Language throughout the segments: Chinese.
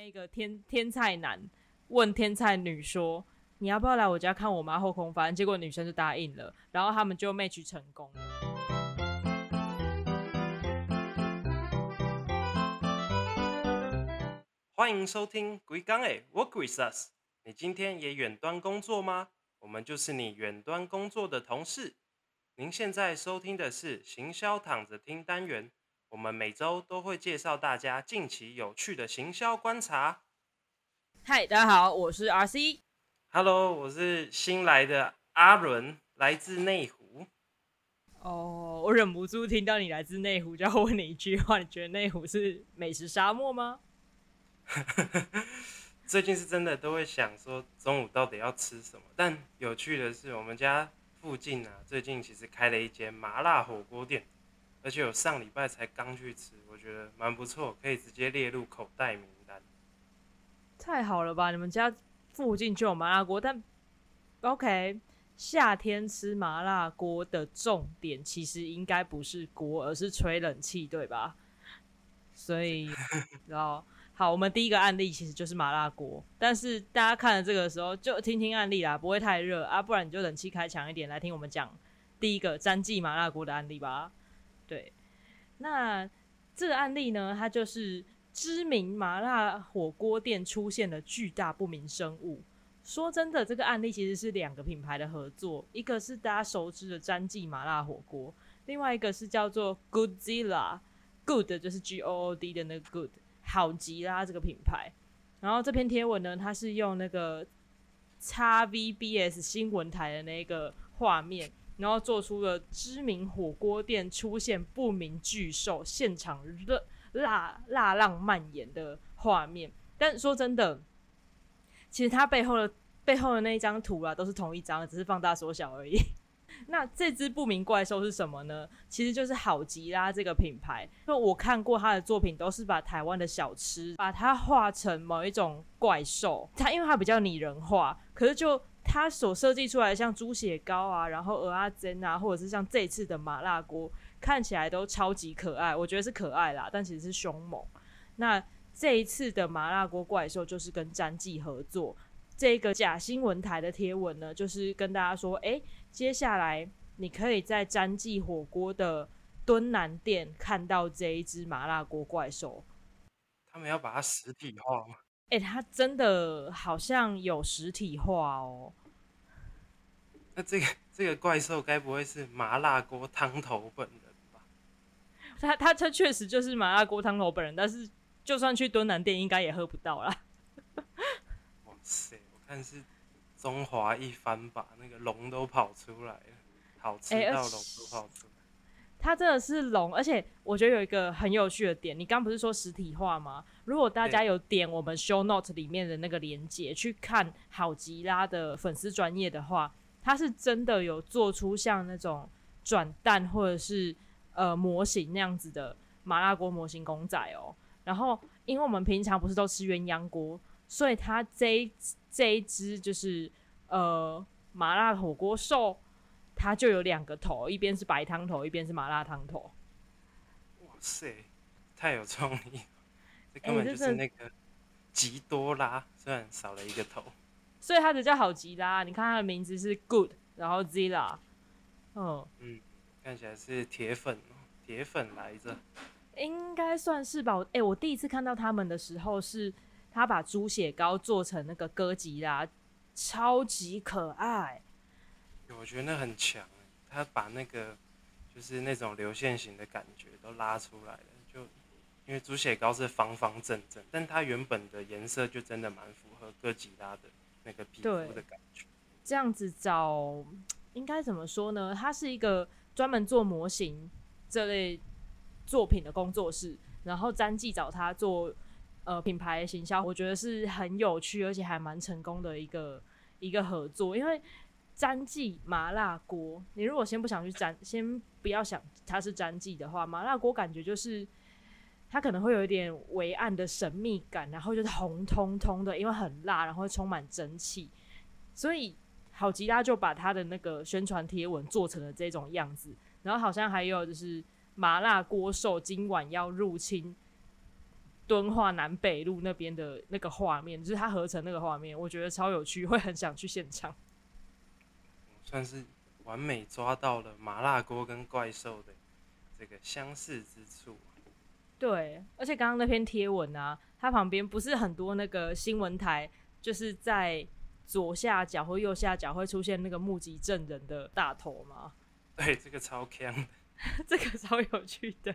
那个天菜男问天菜女说你要不要来我家看我妈后空翻，结果女生就答应了，然后他们就 match 成功了。 欢迎收听鬼港诶 Work with us。你今天也远端工作吗？我们就是你远端工作的同事。您现在收听的是行销躺着听单元，我们每周都会介绍大家近期有趣的行销观察。 嗨，大家好，我是 RC。 Hello， 我是新来的阿伦，来自内湖。 哦，我忍不住听到你来自内湖，就要问你一句话：你觉得内湖是美食沙漠吗？ 最近是真的都会想说中午到底要吃什么，但有趣的是，我们家附近啊，最近其实开了一间麻辣火锅店，而且我上礼拜才刚去吃，我觉得蛮不错，可以直接列入口袋名单。 太好了吧！你们家附近就有麻辣锅，但 OK， 夏天吃麻辣锅的重点其实应该不是锅，而是吹冷气，对吧？所以，然后好，我们第一个案例其实就是麻辣锅，但是大家看了这个的时候就听听案例啦，不会太热啊，不然你就冷气开强一点来听我们讲第一个詹记麻辣锅的案例吧。对，那这个案例呢，它就是知名麻辣火锅店出现了巨大不明生物。说真的，这个案例其实是两个品牌的合作，一个是大家熟知的詹记麻辣火锅，另外一个是叫做 Goodzilla。Good 就是 GOOD 的那个 Good， 好极啦这个品牌。然后这篇贴文呢，它是用那个 XVBS 新闻台的那个画面，然后做出了知名火锅店出现不明巨兽，现场辣浪蔓延的画面。但说真的，其实它背后的那一张图啊，都是同一张，只是放大缩小而已。那这只不明怪兽是什么呢？其实就是好吉拉这个品牌。因为我看过他的作品，都是把台湾的小吃把它画成某一种怪兽。它因为它比较拟人化，可是就它所设计出来的像猪血糕啊，然后蚵仔煎啊，或者是像这一次的麻辣锅，看起来都超级可爱。我觉得是可爱啦，但其实是凶猛。那这一次的麻辣锅怪兽就是跟詹记合作。这个假新闻台的贴文呢，就是跟大家说，接下来你可以在詹记火锅的敦南店看到这一只麻辣锅怪兽。 他们要把它实体化吗？ 它真的好像有实体化哦。 那这个怪兽该不会是麻辣锅汤头本人吧？ 他确实就是麻辣锅汤头本人，但是就算去敦南店，应该也喝不到啦。 哇塞，我看是中华一番吧，那个龙都跑出来了，好吃到龙都跑出来。 它真的是龙，而且我觉得有一个很有趣的点，你刚不是说实体化吗？如果大家有点我们 show note 里面的那个连结去看好吉拉的粉丝专页的话，它是真的有做出像那种转蛋或者是模型那样子的麻辣锅模型公仔哦。然后因为我们平常不是都吃鸳鸯锅，所以它这一只就是麻辣火锅兽。它就有两个头，一边是白汤头，一边是麻辣汤头。 哇塞，太有创意了！这根本就是那个吉多拉，虽然少了一个头， 所以它只叫好吉拉。你看它的名字是 Good， 然后 Zilla， 看起来是铁粉来着， 应该算是吧。我第一次看到他们的时候，是他把猪血糕做成那个哥吉拉，超级可爱。 我觉得那很强，他把那个就是那种流线型的感觉都拉出来了。就因为猪血糕是方方正正，但它原本的颜色就真的蛮符合哥吉拉的那个皮肤的感觉。 这样子找应该怎么说呢？它是一个专门做模型这类作品的工作室，然后詹记找他做品牌行销，我觉得是很有趣，而且还蛮成功的一个合作，因为。詹记麻辣锅，你如果先不要想它是詹记的话，麻辣锅感觉就是它可能会有一点微暗的神秘感，然后就是红彤彤的，因为很辣，然后会充满蒸汽，所以好吉拉就把它的那个宣传贴文做成了这种样子，然后好像还有就是麻辣锅兽今晚要入侵敦化南北路那边的那个画面，就是它合成那个画面，我觉得超有趣，会很想去现场。 算是完美抓到了麻辣锅跟怪兽的这个相似之处。 对，而且刚刚那篇贴文啊，它旁边不是很多那个新闻台，就是在左下角或右下角会出现那个目击证人的大头吗？ 对，这个超强的， 这个超有趣的。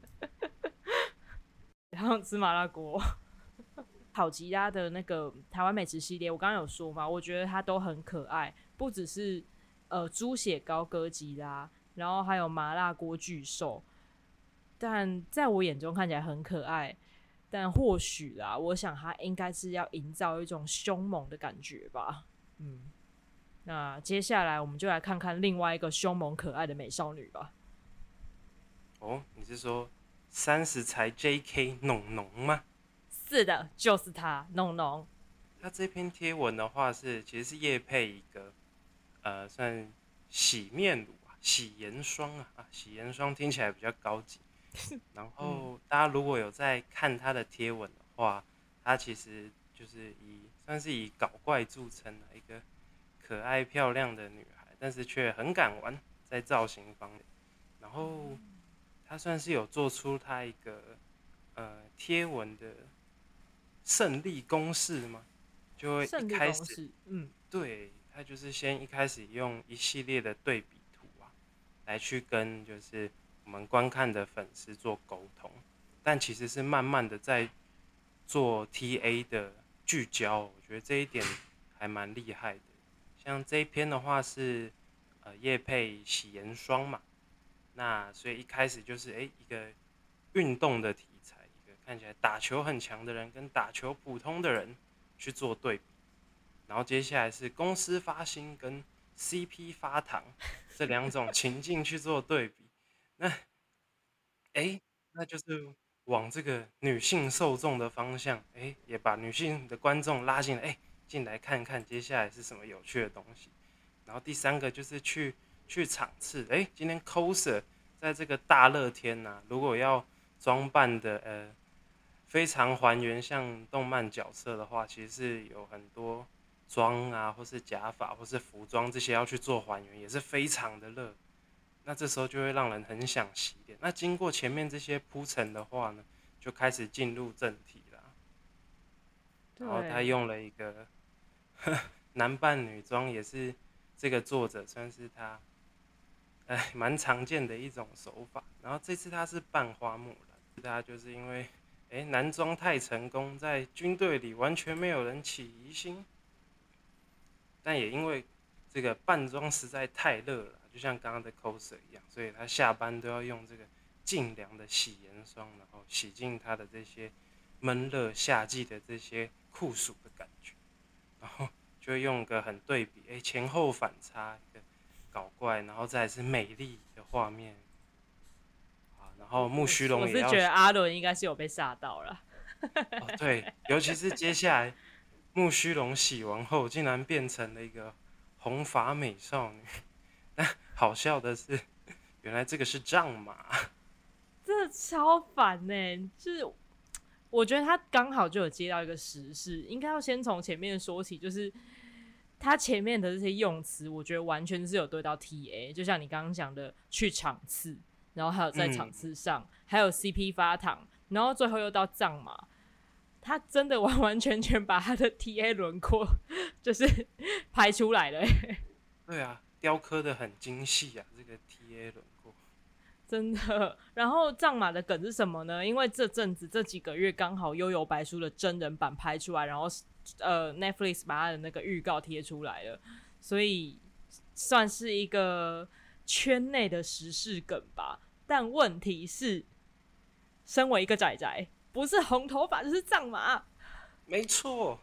然后吃麻辣锅，好吉拉的那个台湾美食系列，我刚刚有说嘛，我觉得它都很可爱，不只是猪血糕哥吉拉，然后还有麻辣锅巨兽。但在我眼中看起来很可爱，但或许啦，我想它应该是要营造一种凶猛的感觉吧。那接下来我们就来看看另外一个凶猛可爱的美少女吧。 哦，你是说30才 JK 农农吗？ 是的，就是她，农农。 他这篇贴文的话其实是业配一个算洗面乳啊，洗颜霜啊，洗颜霜听起来比较高级。然后大家如果有在看他的贴文的话，他其实就是算是以搞怪著称的一个可爱漂亮的女孩，但是却很敢玩在造型方面。然后他算是有做出他一个贴文的胜利公式吗？就会一开始，对，他就是先一开始用一系列的对比图啊，来去跟就是我们观看的粉丝做沟通，但其实是慢慢的在做 TA 的聚焦，我觉得这一点还蛮厉害的。像这一篇的话是业配洗颜霜嘛，那所以一开始就是一个运动的题材，一个看起来打球很强的人跟打球普通的人去做对比，然后接下来是公司发薪跟 CP 发糖这两种情境去做对比，那那就是往这个女性受众的方向，也把女性的观众拉进来，进来看看接下来是什么有趣的东西。然后第三个就是去场次，今天 coser 在这个大热天啊，如果要装扮的非常还原像动漫角色的话，其实是有很多妆啊，或是假发，或是服装这些要去做还原，也是非常的热。那这时候就会让人很想洗脸。那经过前面这些铺陈的话呢，就开始进入正题啦。然后他用了一个男扮女装，也是这个作者算是他蛮常见的一种手法。然后这次他是扮花木兰，他就是因为男装太成功，在军队里完全没有人起疑心，但也因为这个扮装实在太热了，就像刚刚的 coser 一样，所以他下班都要用这个净凉的洗颜霜，然后洗净他的这些闷热夏季的这些酷暑的感觉，然后就会用个很对比，前后反差一个搞怪，然后再来是美丽的画面啊，然后木须龙也要， 我是觉得阿伦应该是有被吓到了。 对，尤其是接下来木须龙洗完后，竟然变成了一个红发美少女。但好笑的是，原来这个是丈马， 真的超烦呢。就是我觉得他刚好就有接到一个时事，应该要先从前面说起，就是他前面的这些用词，我觉得完全是有对到 TA， 就像你刚刚讲的去场次，然后还有在场次上，还有 CP 发糖，然后最后又到藏马。他真的完完全全把他的 TA 轮廓就是拍出来了。 对啊，雕刻的很精细啊，这个 TA 轮廓。 真的。然后藏马的梗是什么呢？因为这阵子这几个月刚好幽游白书的真人版拍出来，然后Netflix 把他的那个预告贴出来了，所以算是一个圈内的时事梗吧。但问题是，身为一个宅宅，不是红头发就是藏马， 没错。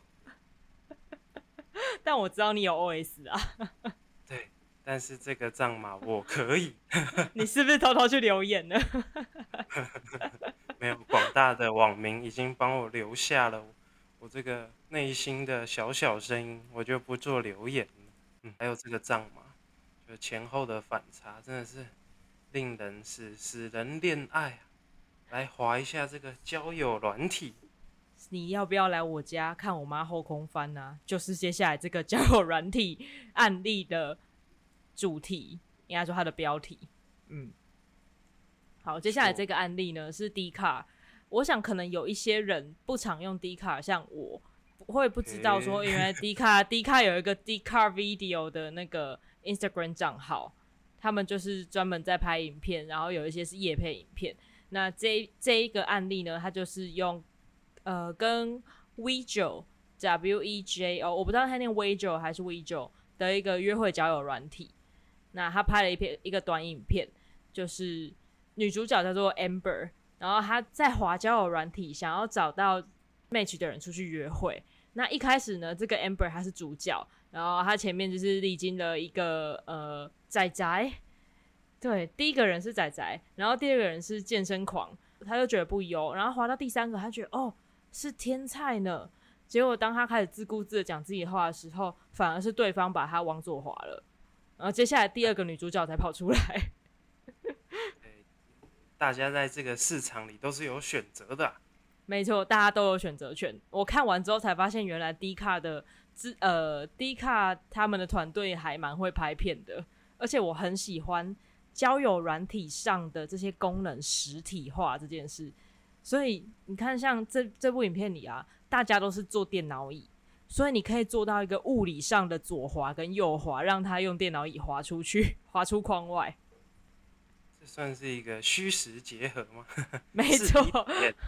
但我知道你有 OS 啊。 对，但是这个藏马我可以。 你是不是偷偷去留言了？ 没有，广大的网民已经帮我留下了我这个内心的小小声音，我就不做留言了。还有这个藏马，就前后的反差真的是令人使人恋爱啊。来滑一下这个交友软体， 你要不要来我家看我妈后空翻啊？就是接下来这个交友软体案例的主题，应该说它的标题。好，接下来这个案例呢是 Dcard， 我想可能有一些人不常用 Dcard， 像我会不知道说，原来 Dcard 有一个 Dcard Video 的那个 Instagram 账号，他们就是专门在拍影片，然后有一些是业配影片。那这一个案例呢，它就是用跟 Wejo WEJO， 我不知道他念 Wejo 还是 Wejo 的一个约会交友软体。那他拍了一个短影片，就是女主角叫做 Amber， 然后她在滑交友软体，想要找到 match 的人出去约会。那一开始呢，这个 Amber 她是主角，然后她前面就是历经了一个仔仔，对，第一个人是仔仔，然后第二个人是健身狂，他就觉得不优，然后滑到第三个，他觉得哦是天菜呢。结果当他开始自顾自的讲自己话的时候，反而是对方把他往左滑了，然后接下来第二个女主角才跑出来。 大家在这个市场里都是有选择的没错，大家都有选择权。我看完之后才发现，原来 Dcard Dcard 他们的团队还蛮会拍片的，而且我很喜欢交友软体上的这些功能实体化这件事。所以你看，像这部影片里啊，大家都是坐电脑椅，所以你可以做到一个物理上的左滑跟右滑，让他用电脑椅滑出去，滑出框外。 这算是一个虚实结合吗？ 没错。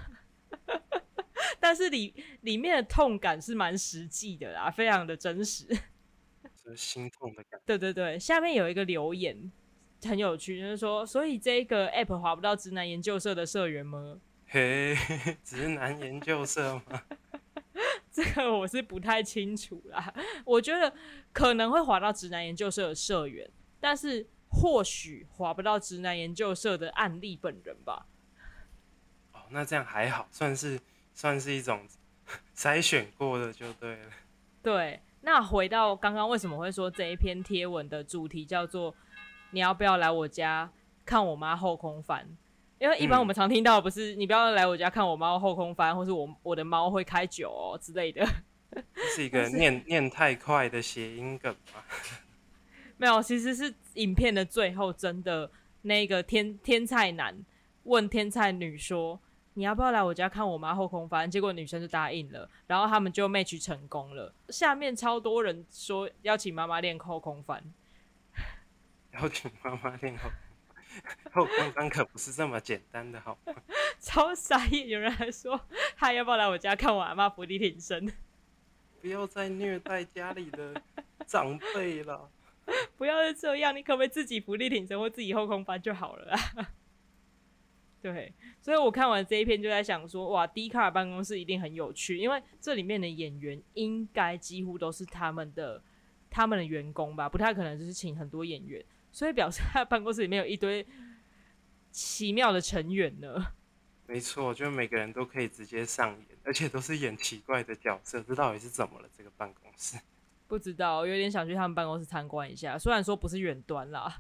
但是里面的痛感是蛮实际的啦，非常的真实。 是心痛的感觉。 对对对，下面有一个留言很有趣，就是说，所以这个 app 滑不到直男研究社的社员吗？ 嘿，直男研究社吗？ 这个我是不太清楚啦。我觉得可能会滑到直男研究社的社员，但是或许滑不到直男研究社的案例本人吧。 哦，那这样还好，算是一种筛选过的就对了。 对，那回到刚刚为什么会说这一篇贴文的主题叫做“你要不要来我家看我妈后空翻”？因为一般我们常听到的不是“你不要来我家看我猫后空翻”，或是我的猫会开酒哦之类的。 这是一个念太快的谐音梗吗？ 没有，其实是影片的最后，真的那个天菜男问天菜女说：“你要不要来我家看我妈后空翻？”结果女生就答应了，然后他们就 match 成功了。下面超多人说邀请妈妈练后空翻， 邀请妈妈练后空翻可不是这么简单的好吗？ 超傻眼！有人还说他要不要来我家看我阿妈伏地挺身？ 不要再虐待家里的长辈了。 不要再这样，你可不可以自己伏地挺身或自己后空翻就好了啦？对，所以我看完这一篇就在想说，哇，Dcard办公室一定很有趣，因为这里面的演员应该几乎都是他们的员工吧，不太可能就是请很多演员，所以表示他的办公室里面有一堆奇妙的成员呢。 没错，就每个人都可以直接上演，而且都是演奇怪的角色，这到底是怎么了？这个办公室不知道，有点想去他们办公室参观一下，虽然说不是远端啦。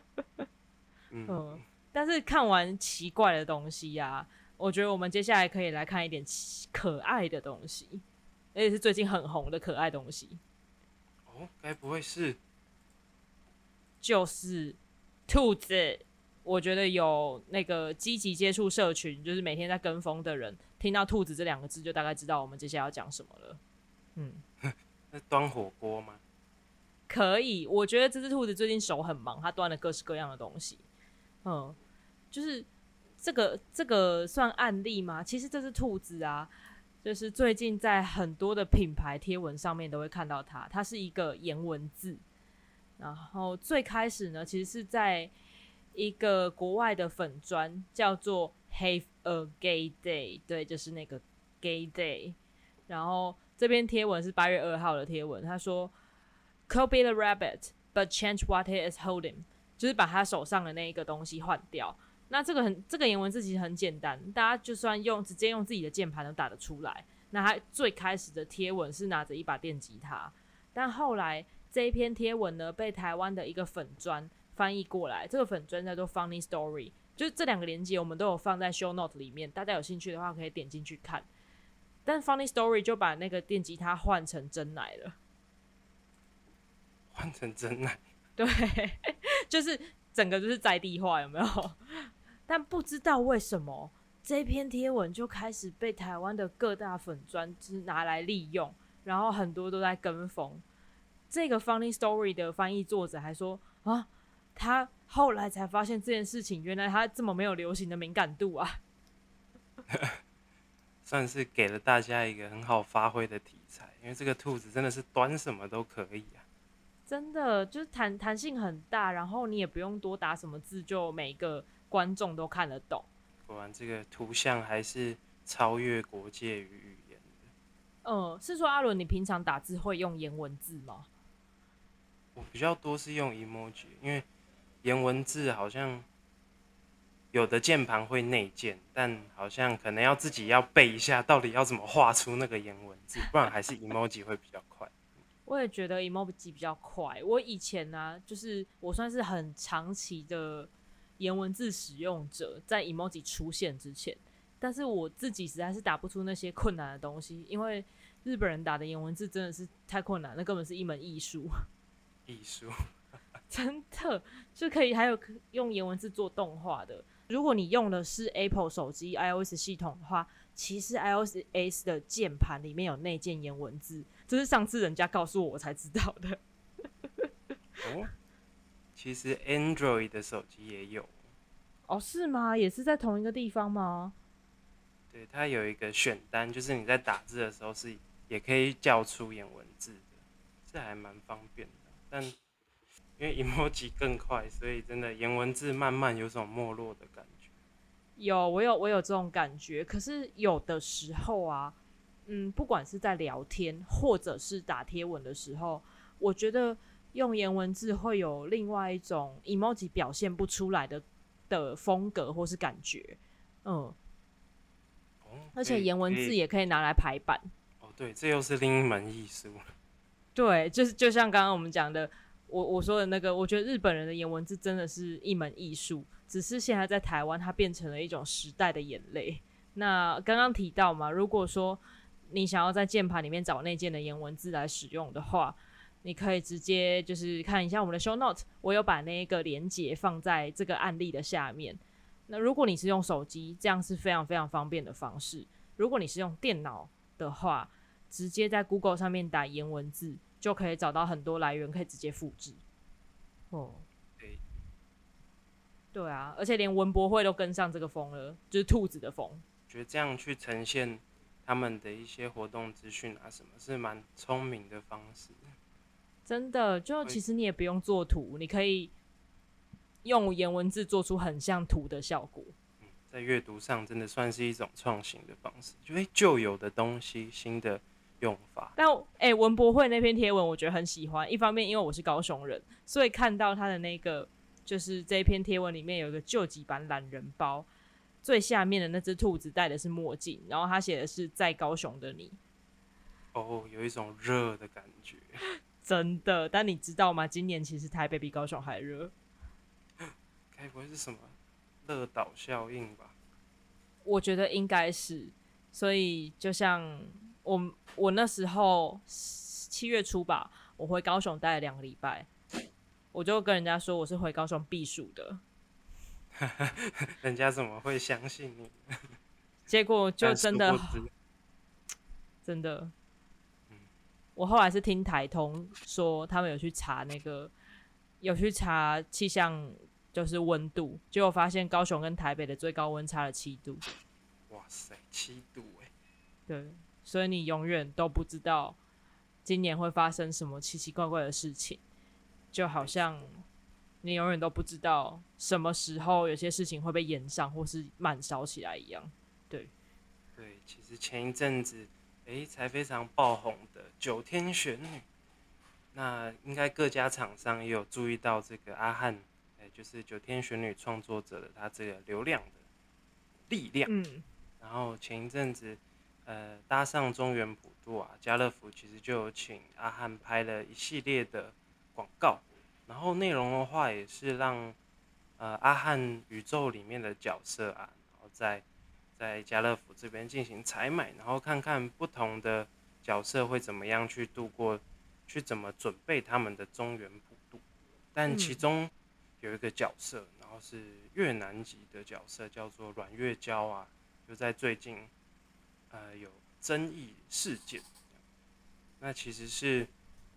但是看完奇怪的东西啊，我觉得我们接下来可以来看一点可爱的东西，而且是最近很红的可爱东西。 哦，该不会是就是兔子？我觉得有那个积极接触社群，就是每天在跟风的人，听到兔子这两个字就大概知道我们接下来要讲什么了。 是端火锅吗？ 可以，我觉得这只兔子最近手很忙，它端了各式各样的东西。就是这个算案例吗？其实这只兔子啊，就是最近在很多的品牌贴文上面都会看到它，它是一个颜文字。然后最开始呢，其实是在一个国外的粉专叫做 Have a Gay Day， 对，就是那个 Gay Day。然后这篇贴文是8月2号的贴文，他说 Copy the rabbit but change what it is holding， 就是把他手上的那一个东西换掉。那这个颜文字其实很简单，大家就算直接用自己的键盘都打得出来。那他最开始的贴文是拿着一把电吉他，但后来这一篇贴文呢被台湾的一个粉专翻译过来，这个粉专叫做 Funny Story， 就是这两个连结我们都有放在 show note 里面，大家有兴趣的话可以点进去看。 但 Funny Story 就把那个电吉他换成真奶了。 换成真奶？ 对，就是整个就是在地化，有没有？但不知道为什么这篇贴文就开始被台湾的各大粉专拿来利用，然后很多都在跟风。这个 Funny Story 的翻译作者还说啊，他后来才发现这件事情原来他这么没有流行的敏感度啊。 算是给了大家一个很好发挥的题材，因为这个兔子真的是端什么都可以啊， 真的就是弹性很大，然后你也不用多打什么字，就每个观众都看得懂。 果然这个图像还是超越国界与语言的。 是说阿伦，你平常打字会用颜文字吗？ 我比较多是用 emoji， 因为颜文字好像有的键盘会内建，但好像可能要自己要背一下，到底要怎么画出那个颜文字，不然还是 emoji 会比较快。 我也觉得 emoji 比较快。我以前呢、就是我算是很长期的颜文字使用者，在 emoji 出现之前，但是我自己实在是打不出那些困难的东西，因为日本人打的颜文字真的是太困难，那根本是一门艺术。 艺术， 真的就可以，还有用颜文字做动画的。如果你用的是 Apple 手机 iOS 系统的话，其实 iOS 的键盘里面有内建颜文字，这是上次人家告诉我才知道的。 哦，其实 Android 的手机也有， 哦，是吗？也是在同一个地方吗？ 对，它有一个选单，就是你在打字的时候是也可以叫出颜文字的，这还蛮方便的。但因为 emoji 更快，所以真的颜文字慢慢有种没落的感觉。 我有这种感觉，可是有的时候啊，不管是在聊天或者是打贴文的时候，我觉得用颜文字会有另外一种 emoji 表现不出来的风格或是感觉，而且颜文字也可以拿来排版。 哦，对，这又是另一门艺术。 对，就像刚刚我们讲的，我说的那个，我觉得日本人的颜文字真的是一门艺术，只是现在在台湾它变成了一种时代的眼泪。那刚刚提到嘛，如果说你想要在键盘里面找内建的颜文字来使用的话，你可以直接就是看一下我们的 show note， 我有把那个连结放在这个案例的下面。那如果你是用手机，这样是非常非常方便的方式。如果你是用电脑的话，直接在 Google 上面打颜文字，就可以找到很多来源，可以直接复制。哦，对啊，而且连文博会都跟上这个风了，就是兔子的风。 觉得这样去呈现他们的一些活动资讯啊，什么是蛮聪明的方式。 真的，就其实你也不用做图，你可以用颜文字做出很像图的效果。 在阅读上真的算是一种创新的方式，就旧有的东西，新的用法。 但文博会那篇贴文我觉得很喜欢，一方面因为我是高雄人，所以看到他的那个就是这一篇贴文里面有一个救急版懒人包，最下面的那只兔子戴的是墨镜，然后他写的是在高雄的你。 哦，有一种热的感觉。 真的，但你知道吗？今年其实台北比高雄还热。 该不会是什么热岛效应吧？ 我觉得应该是，所以就像我那时候7月初吧，我回高雄待了2个礼拜，我就跟人家说我是回高雄避暑的， 人家怎么会相信你？ 结果就真的真的，我后来是听台通说他们有去查气象，就是温度，结果发现高雄跟台北的最高温差了7度。 哇塞，7度哎！ 对，所以你永远都不知道今年会发生什么奇奇怪怪的事情，就好像你永远都不知道什么时候有些事情会被延上或是慢烧起来一样。对， 其实前一阵子才非常爆红的九天玄女，那应该各家厂商也有注意到这个阿汉，就是九天玄女创作者的他这个流量的力量。然后前一阵子，搭上中原普渡啊，家乐福其实就有请阿汉拍了一系列的广告，然后内容的话也是让阿汉宇宙里面的角色啊，然后在在家乐福这边进行采买，然后看看不同的角色会怎么样去度过，去怎么准备他们的中元普渡。但其中有一个角色，然后是越南籍的角色，叫做阮月娇啊，就在最近有争议事件。那其实是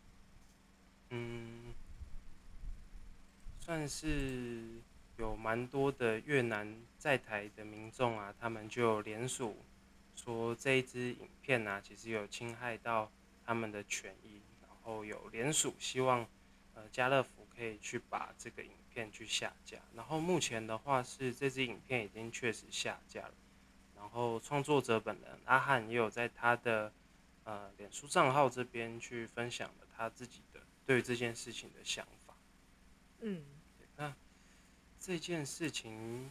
算是有蛮多的越南在台的民众啊，他们就联署说这一支影片啊，其实有侵害到他们的权益，然后有联署希望家乐福可以去把这个影片去下架。然后目前的话是这支影片已经确实下架了，然后创作者本人阿汉也有在他的脸书账号这边去分享了他自己的对于这件事情的想法。那这件事情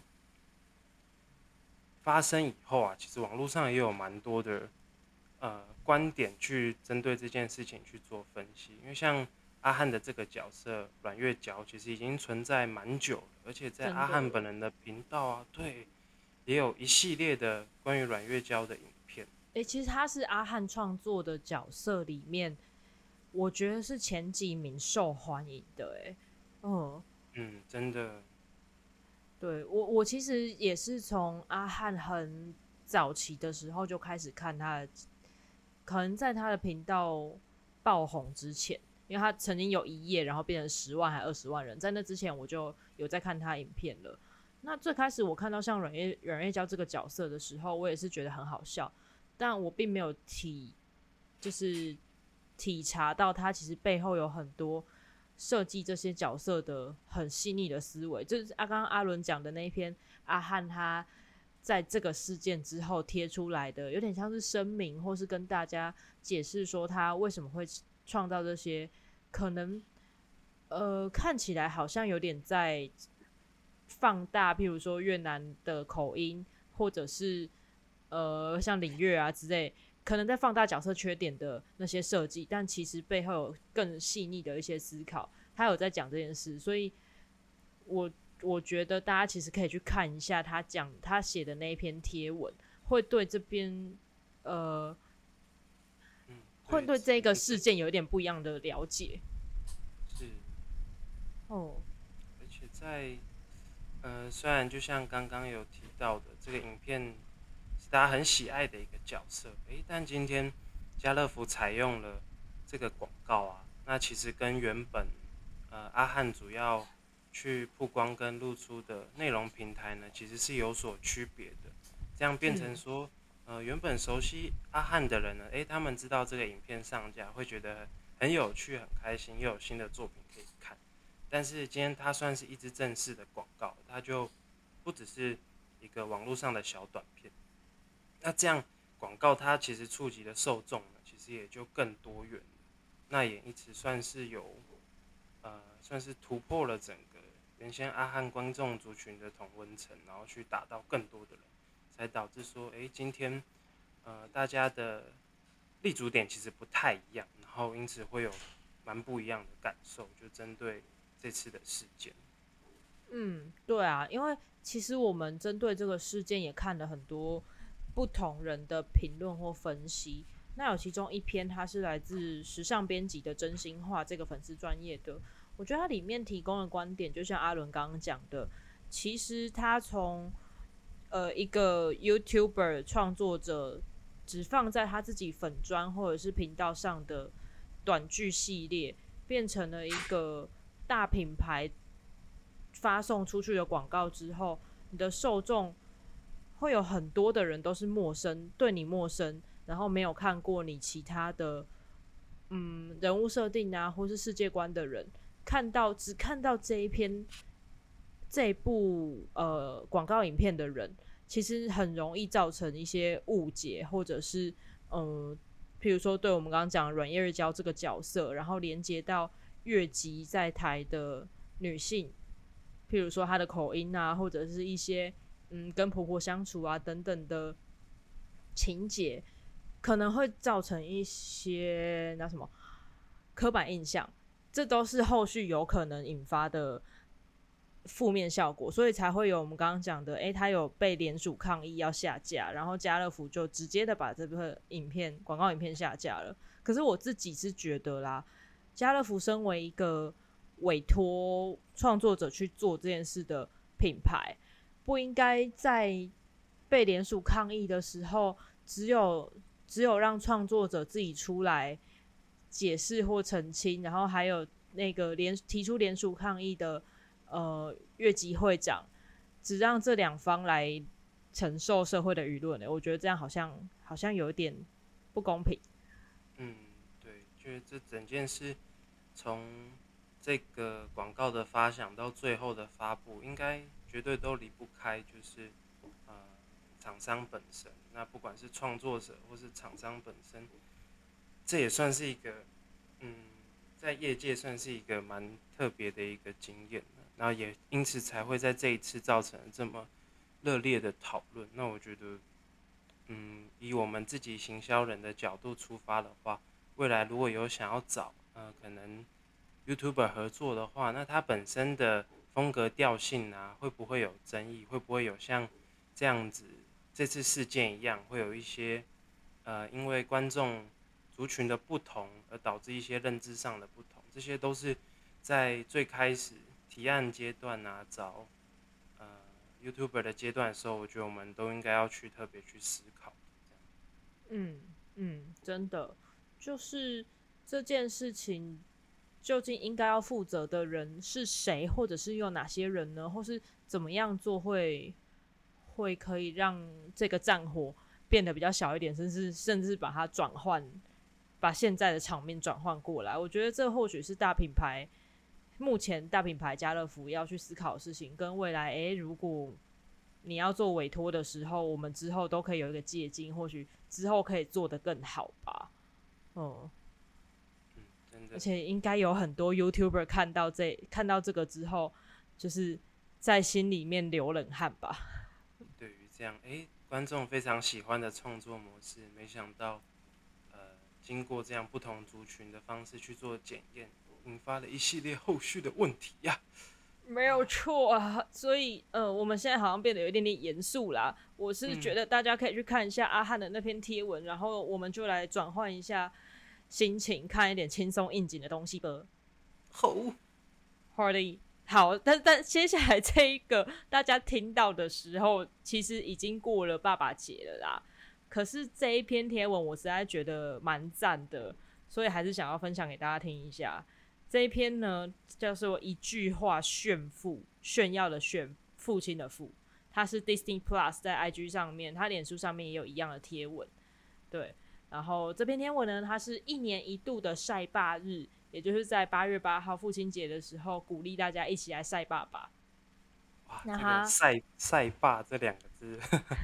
发生以后啊，其实网络上也有蛮多的观点去针对这件事情去做分析。因为像阿汉的这个角色阮月娇，其实已经存在蛮久了，而且在阿汉本人的频道啊，对，也有一系列的关于阮月娇的影片。 其实他是阿汉创作的角色里面，我觉得是前几名受欢迎的。 真的。 对，我其实也是从阿汉很早期的时候就开始看他的，可能在他的频道爆红之前，因为他曾经有一夜然后变成10万还20万人，在那之前我就有在看他影片了。那最开始我看到像阮月娇这个角色的时候，我也是觉得很好笑，但我并没有就是体察到他其实背后有很多设计这些角色的很细腻的思维。就是刚刚阿伦讲的那一篇阿汉他在这个事件之后贴出来的，有点像是声明或是跟大家解释说他为什么会创造这些可能看起来好像有点在放大，譬如说越南的口音，或者是像领乐啊之类，可能在放大角色缺点的那些设计，但其实背后有更细腻的一些思考，他有在讲这件事。所以我觉得大家其实可以去看一下他写的那一篇贴文，会对这边会对这个事件有一点不一样的了解。 是而且在虽然就像刚刚有提到的，这个影片是大家很喜爱的一个角色，但今天家乐福采用了这个广告啊，那其实跟原本阿汉主要去曝光跟露出的内容平台呢，其实是有所区别的。这样变成说，原本熟悉阿汉的人呢，他们知道这个影片上架，会觉得很有趣、很开心，又有新的作品可以看。但是今天它算是一支正式的广告，它就不只是一个网络上的小短片。那这样广告它其实触及的受众呢，其实也就更多元了。那也一直算是算是突破了整个原先阿汉观众族群的同温层，然后去打到更多的人，才导致说，今天大家的立足点其实不太一样，然后因此会有蛮不一样的感受，就针对这次的事件。 对啊，因为其实我们针对这个事件也看了很多不同人的评论或分析。那有其中一篇，它是来自时尚编辑的真心话这个粉丝专页的，我觉得它里面提供的观点，就像阿伦刚刚讲的，其实他从一个 YouTuber 创作者只放在他自己粉专或者是频道上的短剧系列，变成了一个大品牌发送出去的广告之后，你的受众会有很多的人都是陌生，对你陌生，然后没有看过你其他的人物设定啊，或是世界观的人，只看到这一部广告影片的人，其实很容易造成一些误解，或者是譬如说对我们刚刚讲阮月娇这个角色，然后连接到越籍在台的女性，譬如说她的口音啊，或者是一些跟婆婆相处啊等等的情节，可能会造成一些那什么刻板印象，这都是后续有可能引发的负面效果，所以才会有我们刚刚讲的，他有被联署抗议要下架，然后家乐福就直接的把这部影片广告影片下架了。可是我自己是觉得啦，家乐福身为一个委托创作者去做这件事的品牌，不应该在被联署抗议的时候，只有让创作者自己出来解释或澄清，然后还有那个提出联署抗议的越级会长，只让这两方来承受社会的舆论，我觉得这样好像有一点不公平。 对，就是这整件事从这个广告的发想到最后的发布，应该绝对都离不开就是厂商本身。那不管是创作者或是厂商本身，这也算是一个在业界算是一个蛮特别的一个经验，然后也因此才会在这一次造成这么热烈的讨论。那我觉得以我们自己行销人的角度出发的话，未来如果有想要找可能 YouTuber 合作的话，那他本身的风格调性啊，会不会有争议？会不会有像这样子这次事件一样，会有一些因为观众族群的不同而导致一些认知上的不同？这些都是在最开始提案阶段啊，找YouTuber 的阶段的时候，我觉得我们都应该要去特别去思考。 真的，就是这件事情究竟应该要负责的人是谁，或者是有哪些人呢？或是怎么样做会可以让这个战火变得比较小一点，甚至把它转换，把现在的场面转换过来？我觉得这或许是目前大品牌家乐福要去思考的事情，跟未来如果你要做委托的时候，我们之后都可以有一个借鉴，或许之后可以做得更好吧。 真的， 而且应该有很多 YouTuber 看到这个之后，就是在心里面流冷汗吧。 对于这样观众非常喜欢的创作模式，没想到经过这样不同族群的方式去做检验，引发了一系列后续的问题呀。 没有错啊，所以我们现在好像变得有一点点严肃啦。我是觉得大家可以去看一下阿汉的那篇贴文，然后我们就来转换一下心情，看一点轻松应景的东西吧。好，但接下来这一个大家听到的时候，其实已经过了爸爸节了啦。可是这一篇贴文我实在觉得蛮赞的，所以还是想要分享给大家听一下。这一篇呢，叫做一句话炫富，炫耀的炫，父亲的父。它是 Disney Plus 在 IG 上面，它脸书上面也有一样的贴文。对，然后这篇贴文呢，它是1年1度的晒爸日，也就是在8月8号父亲节的时候，鼓励大家一起来晒爸爸。 哇，这个晒爸这2个字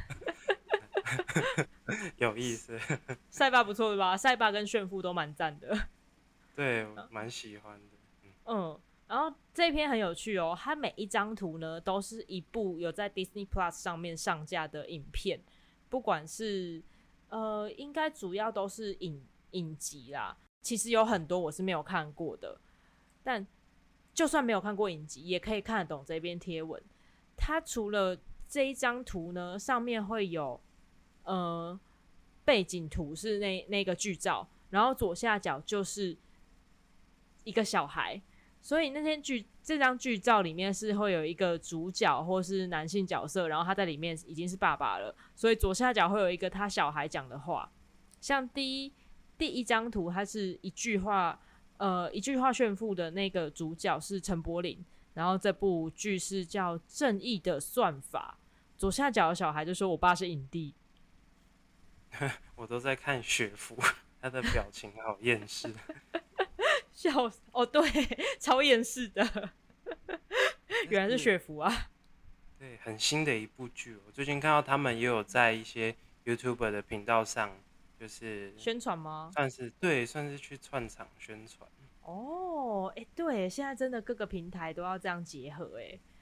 有意思。 晒爸不错对吧？晒爸跟炫富都蛮赞的。 对，我蛮喜欢的。然后这篇很有趣哦，它每一张图呢都是一部有在 Disney Plus 上面上架的影片，不管是应该主要都是影集啦。其实有很多我是没有看过的，但就算没有看过影集，也可以看得懂这篇贴文。它除了这一张图呢，上面会有背景图是那个剧照，然后左下角就是一个小孩，所以这张剧照里面是会有一个主角或是男性角色，然后他在里面已经是爸爸了，所以左下角会有一个他小孩讲的话。像第一张图，它是一句话炫富的那个主角是陈柏霖，然后这部剧是叫《正义的算法》。左下角的小孩就说：“我爸是影帝。” 我都在看雪芙，他的表情好厌世。 笑死！哦，对，超厌世的。原来是雪芙啊。 对，很新的一部剧。我最近看到他们也有在一些 YouTuber 的频道上，就是宣传吗？ 算是去串场宣传。 哦，对，现在真的各个平台都要这样结合，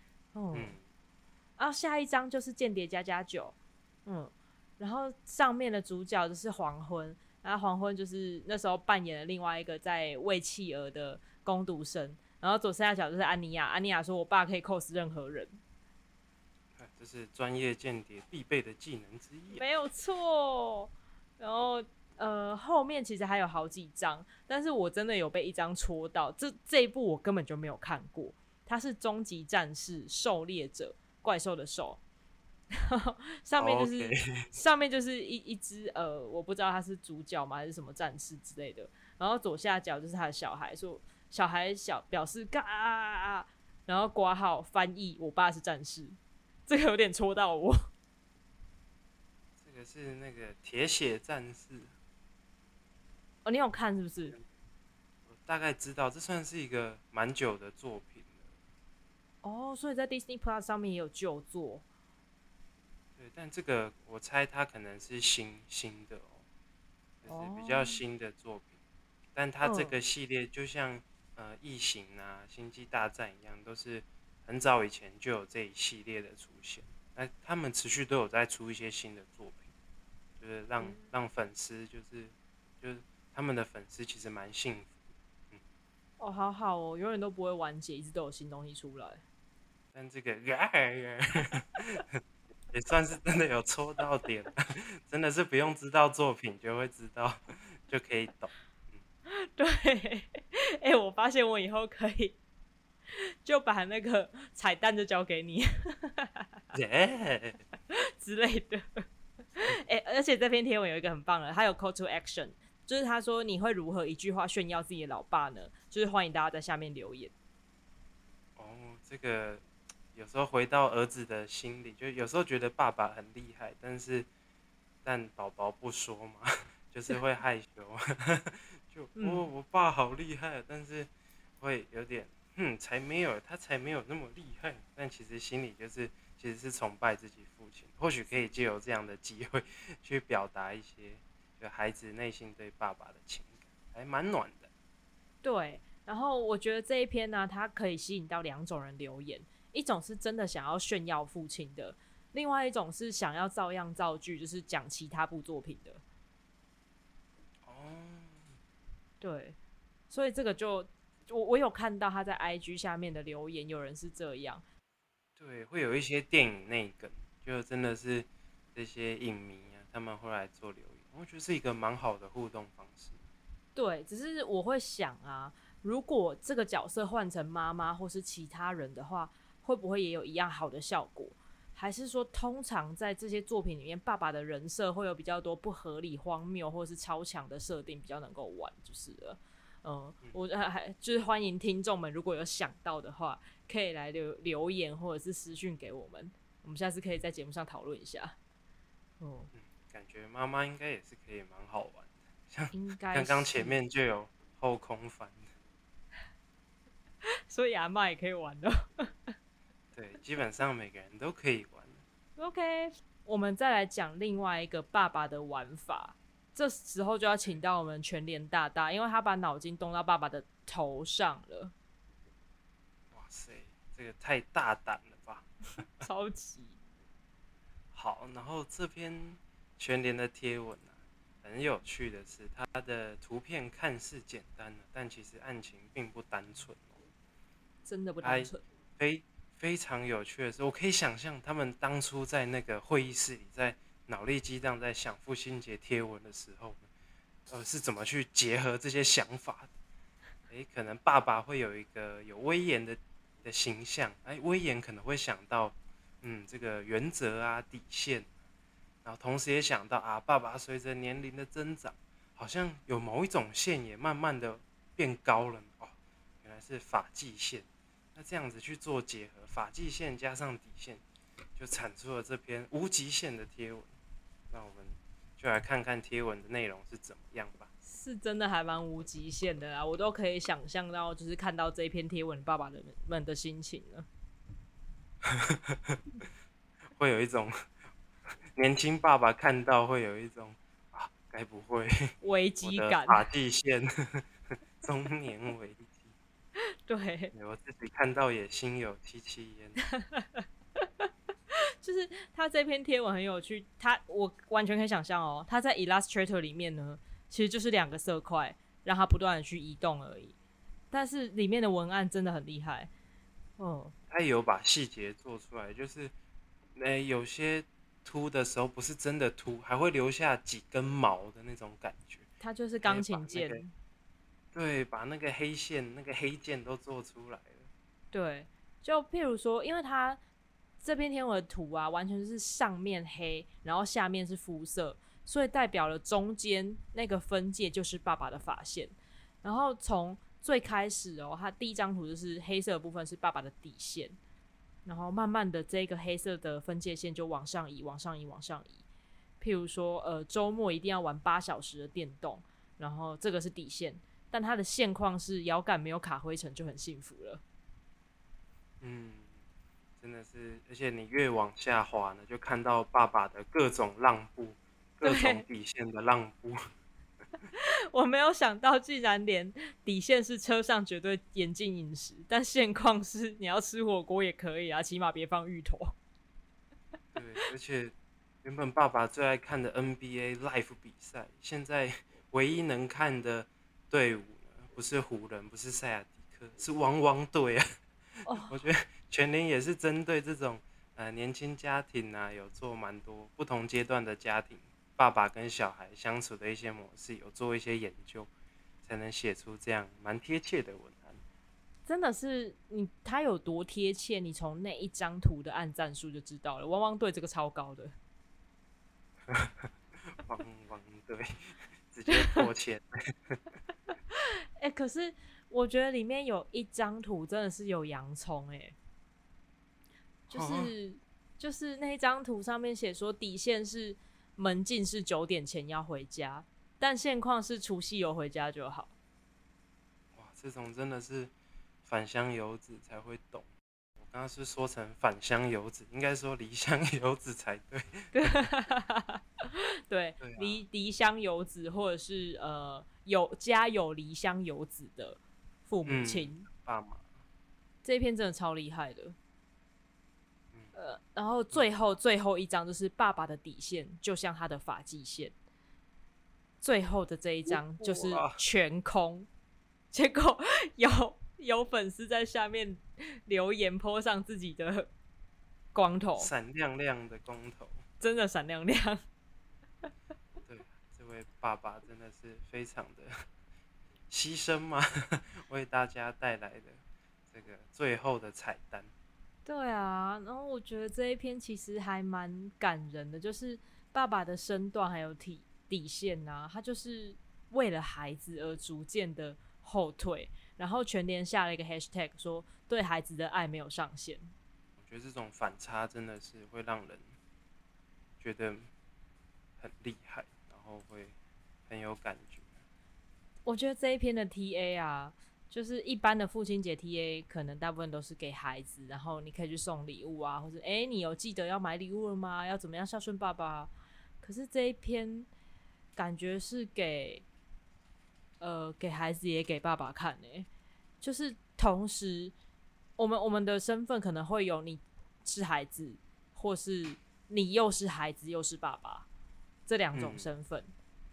然后下一张就是《间谍加加酒》，然后上面的主角就是黄昏。然后黄昏就是那时候扮演了另外一个在喂企鹅的工读生， 然后左下角就是安妮亚，安妮亚说我爸可以 cos 任何人， 这是专业间谍必备的技能之一。 没有错。然后后面其实还有好几张，但是我真的有被一张戳到，这一部我根本就没有看过，它是终极战士狩猎者，怪兽的兽。上面就是、上面就是一只我不知道他是主角吗还是什么战士之类的，然后左下角就是他的小孩，说小孩表示嘎，然后括号翻译我爸是战士，这个有点戳到我。 这个是那个铁血战士。 哦，你有看是不是？ 我大概知道，这算是一个蛮久的作品了。 哦，所以在 Disney Plus 上面也有旧作。 对，但这个我猜它可能是新的哦，就是比较新的作品。但它这个系列就像异形啊、星际大战一样，都是很早以前就有这一系列的出现。那他们持续都有在出一些新的作品，就是让粉丝就是他们的粉丝其实蛮幸福。 哦，好好哦，永远都不会完结，一直都有新东西出来。 但这个也算是真的有戳到点，真的是不用知道作品就会知道，就可以懂。 对，我发现我以后可以就把那个彩蛋就交给你之类的。而且这篇贴文有一个很棒的，它有 call to action， 就是他说你会如何一句话炫耀自己的老爸呢？就是欢迎大家在下面留言。 哦，这个有时候回到儿子的心里，就有时候觉得爸爸很厉害，但宝宝不说嘛，就是会害羞，就我爸好厉害，但是会有点他才没有那么厉害，但其实心里其实是崇拜自己父亲，或许可以借由这样的机会去表达一些就孩子内心对爸爸的情感，还蛮暖的。 对，然后我觉得这一篇呢，它可以吸引到两种人留言，一种是真的想要炫耀父亲的，另外一种是想要照样造句，就是讲其他部作品的。 哦， 对，所以这个就我有看到他在 IG 下面的留言，有人是这样。 对，会有一些电影内梗，就真的是这些影迷啊，他们会来做留言，我觉得是一个蛮好的互动方式。 对，只是我会想啊，如果这个角色换成妈妈或是其他人的话，会不会也有一样好的效果？还是说，通常在这些作品里面，爸爸的人设会有比较多不合理、荒谬或是超强的设定，比较能够玩，就是了。我就是欢迎听众们，如果有想到的话，可以来留言或者是私讯给我们，我们下次可以在节目上讨论一下。 感觉妈妈应该也是可以蛮好玩的，像应该刚刚前面就有后空翻的， 所以阿嬷也可以玩的。 对，基本上每个人都可以玩。 OK， 我们再来讲另外一个爸爸的玩法。这时候就要请到我们全联大大，因为他把脑筋动到爸爸的头上了。 哇塞，这个太大胆了吧！ 超级好，然后这篇全联的贴文啊，很有趣的是，它的图片看似简单，但其实案情并不单纯哦。 真的不单纯。 非常有趣的是，我可以想象他们当初在那个会议室里，在脑力激荡在想父亲节贴文的时候是怎么去结合这些想法的？可能爸爸会有一个有威严的形象，威严可能会想到，这个原则啊、底线，然后同时也想到啊，爸爸随着年龄的增长，好像有某一种线也慢慢的变高了哦，原来是发际线。那这样子去做结合，发际线加上底线，就产出了这篇无极限的贴文。那我们就来看看贴文的内容是怎么样吧。 是真的还蛮无极限的啦，我都可以想象到，就是看到这一篇贴文爸爸们的心情了。 会有一种年轻爸爸看到会有一种该不会危机感？ 发际线中年危机。 对， 我自己看到也心有戚戚焉。 就是他这篇贴文很有趣，我完全可以想象哦，他在 Illustrator 里面呢，其实就是2个色块，让他不断的去移动而已。 但是里面的文案真的很厉害。哦， 他有把细节做出来，就是有些秃的时候不是真的秃，还会留下几根毛的那种感觉。 它就是他也钢琴键。 对，把那个黑线、那个黑键都做出来了。 对，就譬如说，因为它这篇天文的图啊，完全是上面黑，然后下面是肤色，所以代表了中间那个分界就是爸爸的发线。然后从最开始哦，它第一张图就是黑色的部分是爸爸的底线，然后慢慢的这个黑色的分界线就往上移，往上移，往上移。譬如说，周末一定要玩8小时的电动，然后这个是底线，但它的现况是摇杆没有卡灰尘就很幸福了。 嗯，真的是，而且你越往下滑呢，就看到爸爸的各种让步，各种底线的让步。 我没有想到，竟然连底线是车上绝对严禁饮食，但现况是你要吃火锅也可以啊，起码别放芋头。 对，而且原本爸爸最爱看的 NBA Live 比赛，现在唯一能看的队伍呢，不是湖人，不是塞尔迪克，是汪汪队啊。我觉得全联也是针对这种年轻家庭啊，有做蛮多不同阶段的家庭爸爸跟小孩相处的一些模式，有做一些研究，才能写出这样蛮贴切的文案。 真的是他有多贴切，你从那一张图的按赞数就知道了。汪汪队这个超高的， 汪汪队直接破千。 可是我觉得里面有一张图真的是有洋葱就是那一张图上面写说底线是门禁是9点前要回家，但现况是除夕有回家就好。 哇，这种真的是返乡游子才会懂。我刚刚是说成返乡游子，应该说离乡游子才对。 对，离乡游子或者是家有离乡游子的父母亲， 爸妈， 这一篇真的超厉害的。然后最后一张就是爸爸的底线，就像他的发际线。最后的这一张就是全空，结果有粉丝在下面留言 po 上自己的光头， 闪亮亮的光头， 真的闪亮亮。 对，这位爸爸真的是非常的牺牲嘛，为大家带来的这个最后的彩蛋。 对啊，然后我觉得这一篇其实还蛮感人的，就是爸爸的身段还有底线啊，他就是为了孩子而逐渐的后退，然后全联下了一个 hashtag 说对孩子的爱没有上限。 我觉得这种反差真的是会让人觉得很厉害，然后会很有感觉。 我觉得这一篇的 TA 啊，就是一般的父亲节 TA 可能大部分都是给孩子，然后你可以去送礼物啊，或者你有记得要买礼物了吗？要怎么样孝顺爸爸？可是这一篇感觉是给孩子也给爸爸看就是同时我们的身份可能会有你是孩子，或是你又是孩子又是爸爸这两种身份，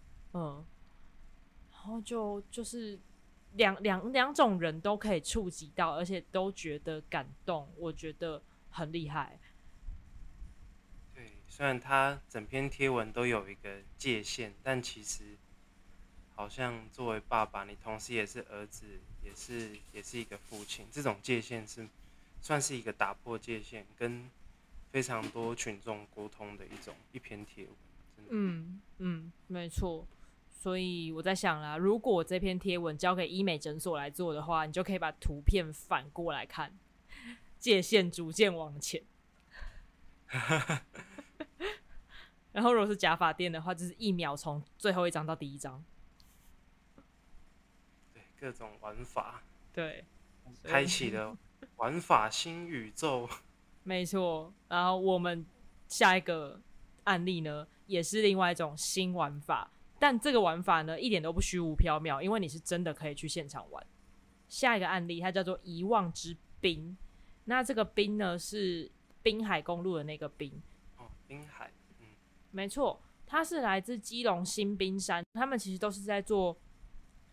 然后就是两种人都可以触及到，而且都觉得感动，我觉得很厉害。 对，虽然他整篇贴文都有一个界限，但其实好像作为爸爸，你同时也是儿子，也是一个父亲，这种界限是算是一个打破界限，跟非常多群众沟通的一篇贴文。 没错。所以我在想啦，如果这篇贴文交给医美诊所来做的话，你就可以把图片反过来看，界限逐渐往前。然后如果是假发店的话，就是1秒从最后一张到第一张。 对，各种玩法， 对， 开启了玩法新宇宙。 没错。然后我们下一个案例呢，也是另外一种新玩法。但这个玩法呢，一点都不虚无缥缈，因为你是真的可以去现场玩。下一个案例，它叫做遗忘之滨。那这个滨呢，是滨海公路的那个滨。 滨海， 没错，它是来自基隆新滨山。他们其实都是在做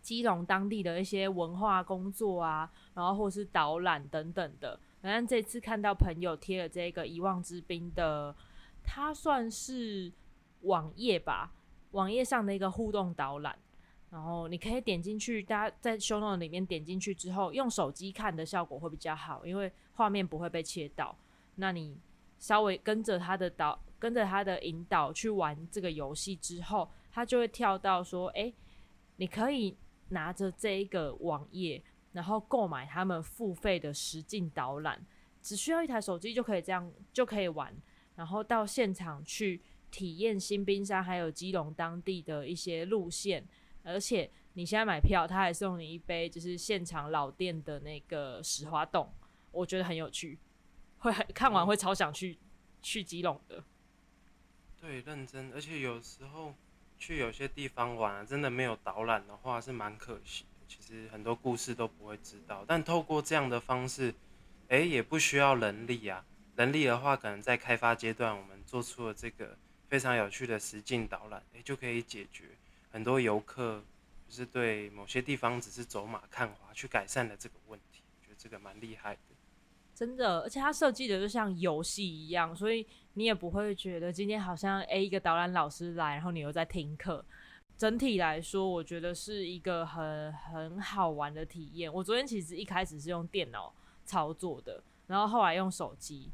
基隆当地的一些文化工作啊，然后或是导览等等的。反正这次看到朋友贴了这个遗忘之滨的，它算是网页吧，网页上的一个互动导览。然后你可以点进去，大家在 show note 里面点进去之后，用手机看的效果会比较好，因为画面不会被切到。那你稍微跟着他的引导去玩这个游戏之后，他就会跳到说，你可以拿着这一个网页，然后购买他们付费的实境导览，只需要一台手机就可以玩，然后到现场去体验新冰山还有基隆当地的一些路线。而且你现在买票，他还送你一杯就是现场老店的那个石花冻，我觉得很有趣，看完会超想去基隆的。 对，认真，而且有时候去有些地方玩啊，真的没有导览的话是蛮可惜的。其实很多故事都不会知道，但透过这样的方式，也不需要人力啊。人力的话，可能在开发阶段，我们做出了这个非常有趣的实境导览，就可以解决很多游客就是对某些地方只是走马看花去改善了这个问题。我觉得这个蛮厉害的。 真的，而且它设计的就像游戏一样，所以你也不会觉得今天好像一个导览老师来，然后你又在听课。整体来说，我觉得是一个很好玩的体验。我昨天其实一开始是用电脑操作的，然后后来用手机，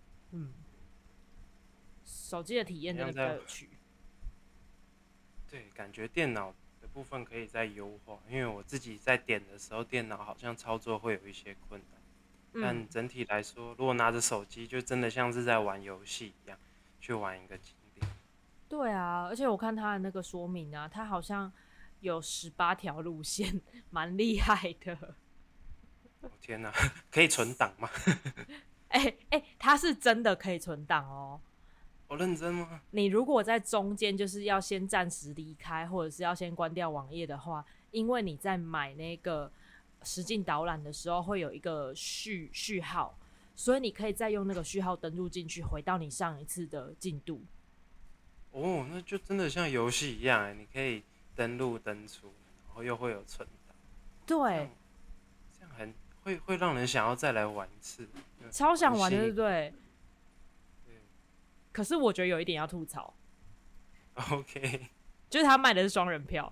手机的体验真的比较有趣。 对，感觉电脑的部分可以再优化，因为我自己在点的时候，电脑好像操作会有一些困难。但整体来说，如果拿着手机，就真的像是在玩游戏一样，去玩一个景点。 对啊，而且我看他的那个说明啊，他好像有18条路线，蛮厉害的。 天哪，可以存档吗？ 他是真的可以存档哦。 我认真吗？ 你如果在中间就是要先暂时离开，或者是要先关掉网页的话，因为你在买那个实境导览的时候会有一个序号，所以你可以再用那个序号登录进去，回到你上一次的进度。 那就真的像游戏一样，你可以登录登出，然后又会有存档。 对， 这样会让人想要再来玩一次， 超想玩的，对不对？ 对。 可是我觉得有一点要吐槽。 OK。 就是他卖的是双人票。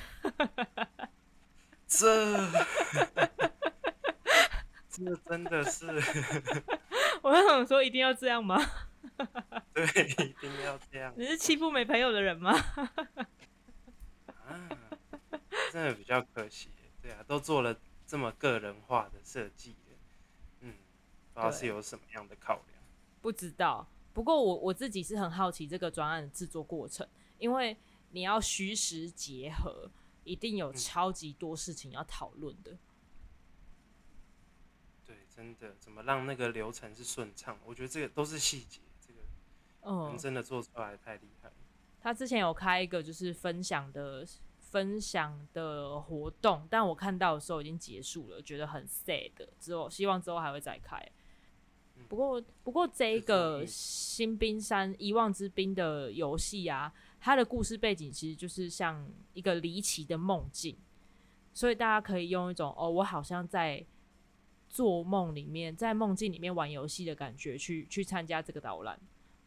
这真的是。 我在想说，一定要这样吗？ 对，一定要这样。 你是欺负没朋友的人吗？ 真的比较可惜。对啊，都做了这么个人化的设计了，不知道是有什么样的考量。 不知道。不过我自己是很好奇这个专案的制作过程，因为你要虚实结合，一定有超级多事情要讨论的。 对，真的怎么让那个流程是顺畅？我觉得这个都是细节，这个人真的做出来太厉害了。 他之前有开一个就是分享的活动，但我看到的时候已经结束了，觉得很 sad。希望之后还会再开。不过这个新冰山遗忘之滨的游戏啊，它的故事背景其实就是像一个离奇的梦境，所以大家可以用一种我好像在做梦里面，在梦境里面玩游戏的感觉去参加这个导览。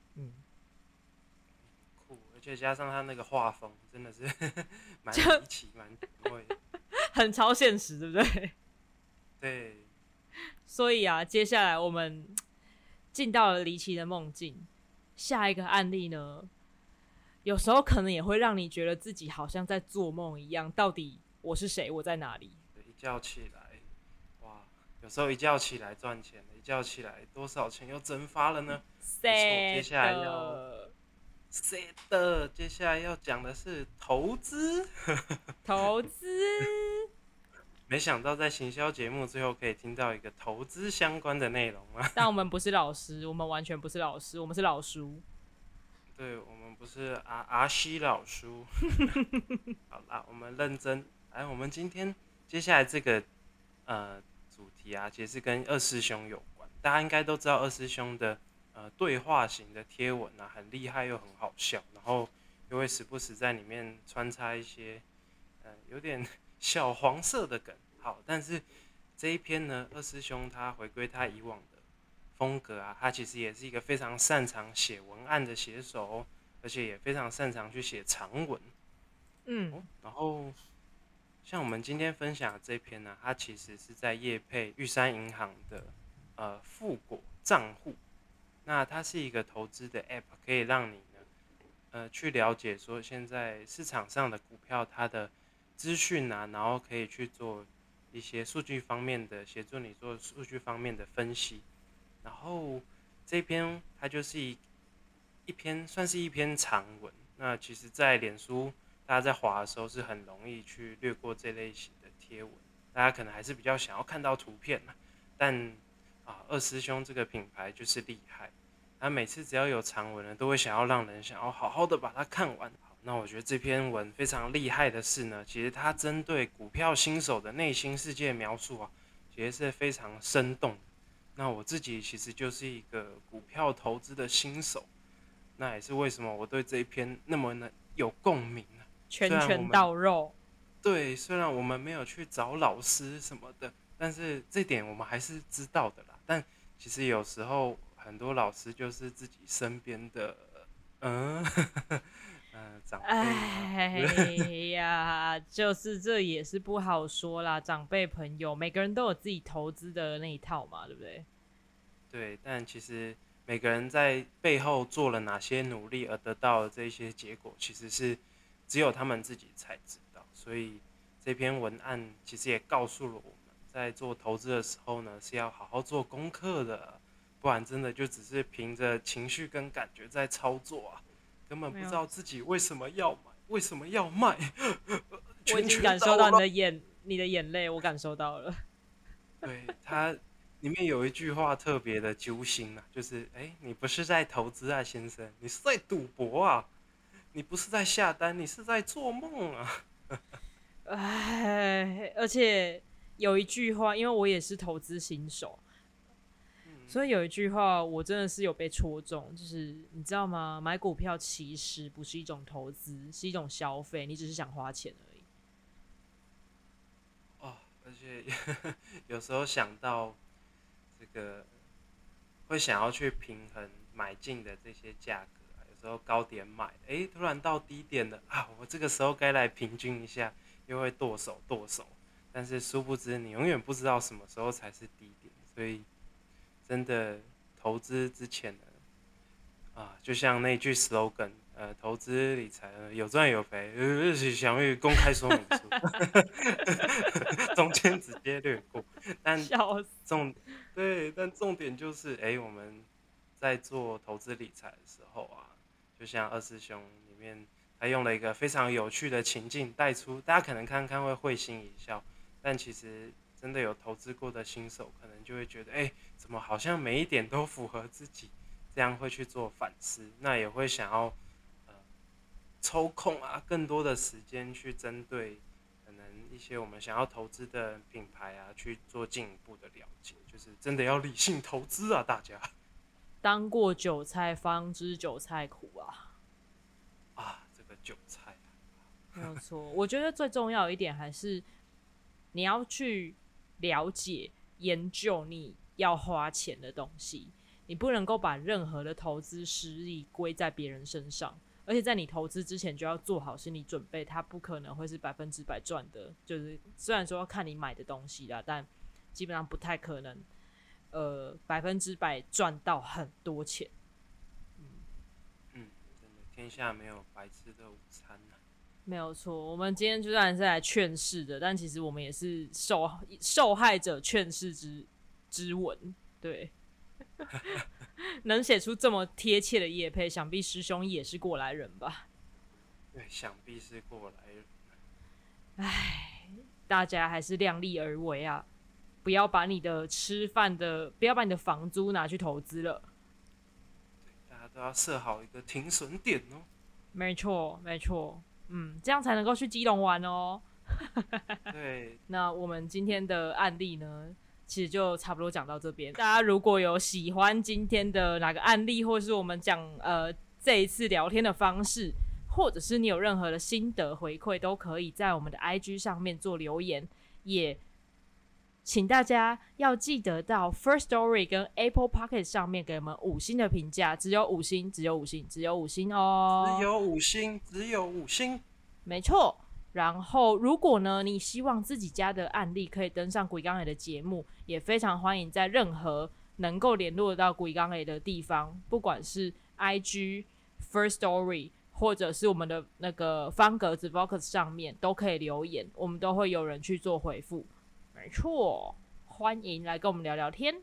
酷，而且加上他那个画风，真的是蛮离奇、蛮前卫， 很超现实，对不对？ 对。 所以啊，接下来我们进到了离奇的梦境。下一个案例呢，有时候可能也会让你觉得自己好像在做梦一样。到底我是谁？我在哪里？ 一觉起来，哇！有时候一觉起来赚钱了，一觉起来多少钱又蒸发了呢？接下来要sad，接下来要讲的是投资。 投资。 没想到在行销节目最后可以听到一个投资相关的内容吗？ 但我们不是老师，我们完全不是老师，我们是老叔。 对，我们不是阿西老叔。好啦，我们认真来。我们今天接下来这个主题啊，其实是跟二师兄有关。大家应该都知道二师兄的对话型的贴文啊，很厉害又很好笑，然后又会时不时在里面穿插一些有点小黄色的梗。好，但是这一篇呢，二师兄他回归他以往的风格啊，他其实也是一个非常擅长写文案的写手哦，而且也非常擅长去写长文。然后像我们今天分享的这篇呢，它其实是在业配玉山银行的富果账户。那它是一个投资的 App， 可以让你呢去了解说现在市场上的股票它的资讯啊，然后可以去做一些数据方面的协助你做数据方面的分析。然后这篇它就是一篇算是一篇长文。那其实在脸书大家在滑的时候是很容易去略过这类型的贴文，大家可能还是比较想要看到图片，但二师兄这个品牌就是厉害，他每次只要有长文呢，都会想要让人想要好好的把它看完。好，那我觉得这篇文非常厉害的是呢，其实它针对股票新手的内心世界描述啊，其实是非常生动的。那我自己其实就是一个股票投资的新手，那也是为什么我对这一篇那么有共鸣呢？ 拳拳到肉。 对，虽然我们没有去找老师什么的，但是这点我们还是知道的啦。但其实有时候很多老师就是自己身边的长辈。 哎呀，就是这也是不好说啦。长辈朋友，每个人都有自己投资的那一套嘛，对不对？ 对，但其实每个人在背后做了哪些努力而得到的这些结果，其实是只有他们自己才知道。所以这篇文案其实也告诉了我们，在做投资的时候呢，是要好好做功课的，不然真的就只是凭着情绪跟感觉在操作啊，根本不知道自己为什么要买，为什么要卖。 我已经感受到你的眼泪，我感受到了。 对，它里面有一句话特别的揪心啊，就是你不是在投资啊，先生，你是在赌博啊，你不是在下单，你是在做梦啊。 而且有一句话，因为我也是投资新手，所以有一句话我真的是有被戳中，就是你知道吗？买股票其实不是一种投资，是一种消费，你只是想花钱而已。 而且有时候想到这个，会想要去平衡买进的这些价格啊，有时候高点买，突然到低点了啊，我这个时候该来平均一下，又会剁手。但是殊不知，你永远不知道什么时候才是低点，所以真的投资之前呢，就像那句 slogan，投资理财有赚有赔，详阅公开说明书，中间直接略过。但重点就是，我们在做投资理财的时候啊，就像二师兄里面，他用了一个非常有趣的情境带出，大家可能看看会会心一笑，但其实真的有投资过的新手，可能就会觉得，怎么好像每一点都符合自己，这样会去做反思，那也会想要抽空啊，更多的时间去针对可能一些我们想要投资的品牌啊，去做进一步的了解，就是真的要理性投资啊，大家。 当过韭菜，方知韭菜苦啊！ 这个韭菜啊， 没有错。我觉得最重要一点还是你要去了解、研究你要花钱的东西，你不能够把任何的投资失利归在别人身上。而且在你投资之前就要做好心理准备，它不可能会是100%赚的。就是虽然说要看你买的东西啦，但基本上不太可能100%赚到很多钱。 真的天下没有白吃的午餐啊。 没有错，我们今天就算是来劝世的，但其实我们也是受害者劝世之文，对。能写出这么贴切的业配，想必师兄也是过来人吧？ 对，想必是过来人。 唉，大家还是量力而为啊，不要把你的不要把你的房租拿去投资了。 对，大家都要设好一个停损点哦。 没错，这样才能够去基隆玩哦。 对， 那我们今天的案例呢？其实就差不多讲到这边。大家如果有喜欢今天的哪个案例，或是我们讲这一次聊天的方式， 或者是你有任何的心得回馈，都可以在我们的 IG 上面做留言。也请大家要记得到 First Story 跟 Apple Podcast 上面给我们5星的评价，只有5星，只有5星，只有5星哦， 只有5星，只有5星， 没错。然后，如果呢，你希望自己家的案例可以登上鬼刚磊的节目，也非常欢迎在任何能够联络到鬼刚磊的地方，不管是 IG、First Story， 或者是我们的那个方格子 Vox 上面，都可以留言，我们都会有人去做回复。没错，欢迎来跟我们聊聊天。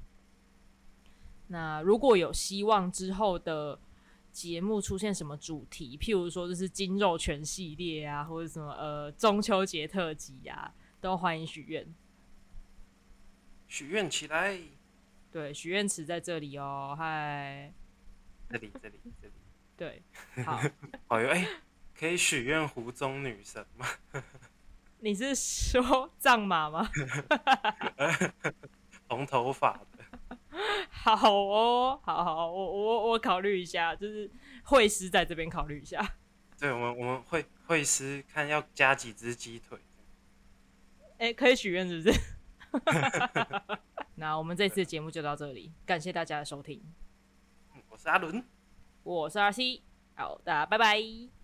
那如果有希望之后的节目出现什么主题，譬如说就是金肉全系列啊，或者什么中秋节特辑啊，都欢迎许愿。 许愿起来！ 对，许愿池在这里哦，嗨， 这里， 对，好， 哦哟，可以许愿湖中女神吗？ 你是说藏马吗？ 红头发的。 好哦，好，我考虑一下，就是会师在这边考虑一下。 对，我们会师看要加几只鸡腿。 可以许愿是不是？那我们这次的节目就到这里，感谢大家的收听。 我是阿伦， 我是RC，好，大家拜拜。